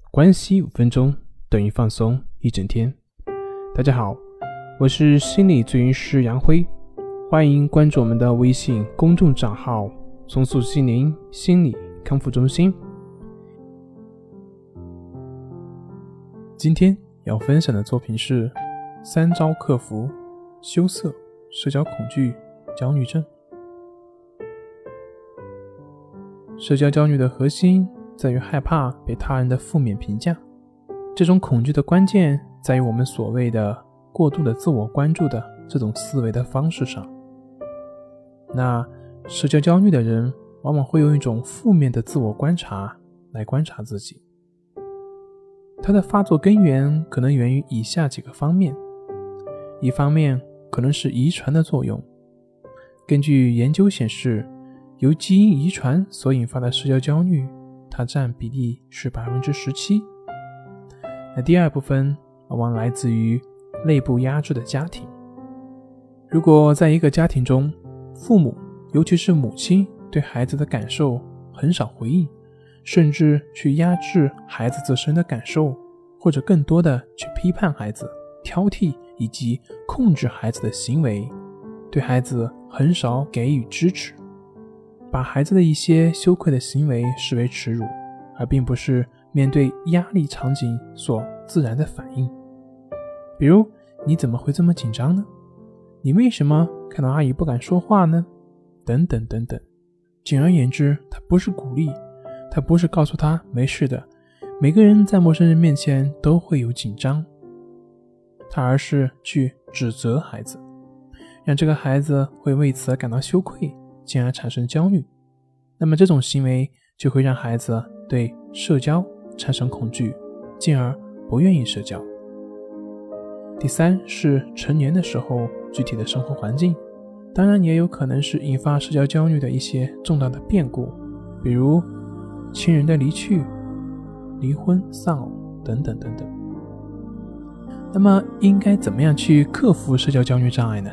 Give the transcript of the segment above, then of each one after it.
关系5分钟等于放松一整天。大家好，我是心理咨询师杨辉，欢迎关注我们的微信公众账号重塑心灵心理康复中心。今天要分享的作品是3招克服羞涩、社交恐惧、焦虑症。社交焦虑的核心在于害怕被他人的负面评价，这种恐惧的关键在于我们所谓的过度的自我关注的这种思维的方式上。那社交焦虑的人往往会用一种负面的自我观察来观察自己，它的发作根源可能源于以下几个方面。一方面可能是遗传的作用，根据研究显示，由基因遗传所引发的社交焦虑，它占比例是 17%。 那第二部分往往来自于内部压制的家庭。如果在一个家庭中，父母尤其是母亲对孩子的感受很少回应，甚至去压制孩子自身的感受，或者更多的去批判孩子、挑剔以及控制孩子的行为，对孩子很少给予支持，把孩子的一些羞愧的行为视为耻辱，而并不是面对压力场景所自然的反应。比如，你怎么会这么紧张呢？你为什么看到阿姨不敢说话呢？等等等等。简而言之，它不是鼓励，它不是告诉他没事的，每个人在陌生人面前都会有紧张，它而是去指责孩子，让这个孩子会为此而感到羞愧，进而产生焦虑。那么这种行为就会让孩子对社交产生恐惧，进而不愿意社交。第三是成年的时候具体的生活环境，当然也有可能是引发社交焦虑的一些重大的变故，比如亲人的离去、离婚、丧偶等等等等。那么应该怎么样去克服社交焦虑障碍呢？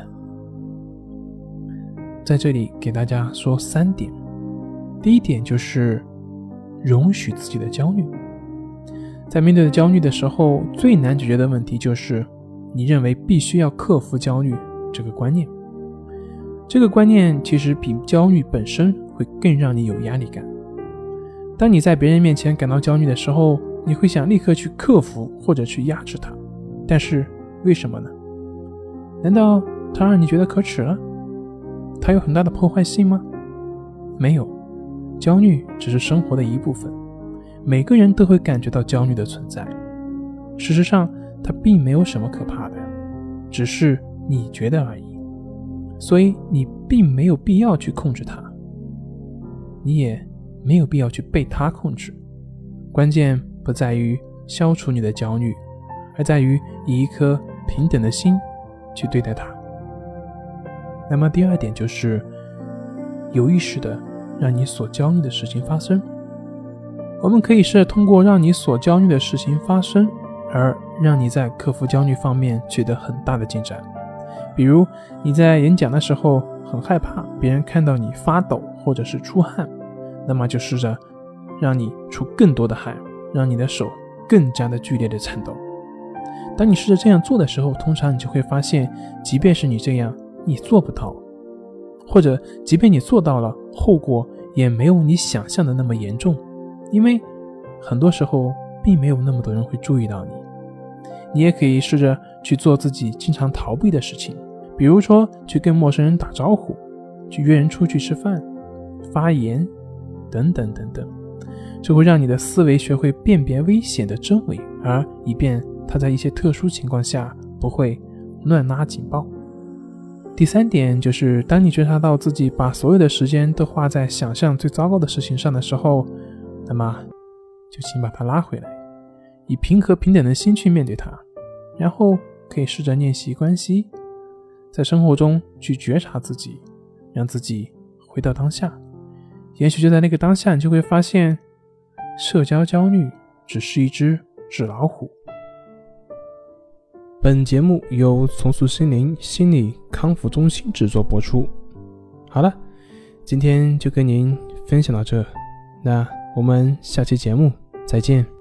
在这里给大家说3点。第一点就是容许自己的焦虑。在面对焦虑的时候，最难解决的问题就是你认为必须要克服焦虑这个观念。这个观念其实比焦虑本身会更让你有压力感。当你在别人面前感到焦虑的时候，你会想立刻去克服或者去压制它，但是为什么呢？难道它让你觉得可耻了？它有很大的破坏性吗？没有，焦虑只是生活的一部分，每个人都会感觉到焦虑的存在。事实上，它并没有什么可怕的，只是你觉得而已。所以你并没有必要去控制它，你也没有必要去被它控制。关键不在于消除你的焦虑，而在于以一颗平等的心去对待它。那么第二点就是有意识的让你所焦虑的事情发生。我们可以是通过让你所焦虑的事情发生，而让你在克服焦虑方面取得很大的进展。比如你在演讲的时候很害怕别人看到你发抖或者是出汗，那么就试着让你出更多的汗，让你的手更加的剧烈的颤抖。当你试着这样做的时候，通常你就会发现，即便是你这样，你做不到，或者即便你做到了，后果也没有你想象的那么严重，因为很多时候并没有那么多人会注意到你。你也可以试着去做自己经常逃避的事情，比如说去跟陌生人打招呼，去约人出去吃饭、发言等等等等。这会让你的思维学会辨别危险的真伪，而以便它在一些特殊情况下不会乱拉警报。第3点就是当你觉察到自己把所有的时间都花在想象最糟糕的事情上的时候，那么就请把它拉回来，以平和平等的心去面对它，然后可以试着练习关系，在生活中去觉察自己，让自己回到当下。也许就在那个当下，你就会发现社交焦虑只是一只纸老虎。本节目由重塑心灵心理康复中心制作播出。好了，今天就跟您分享到这，那我们下期节目再见。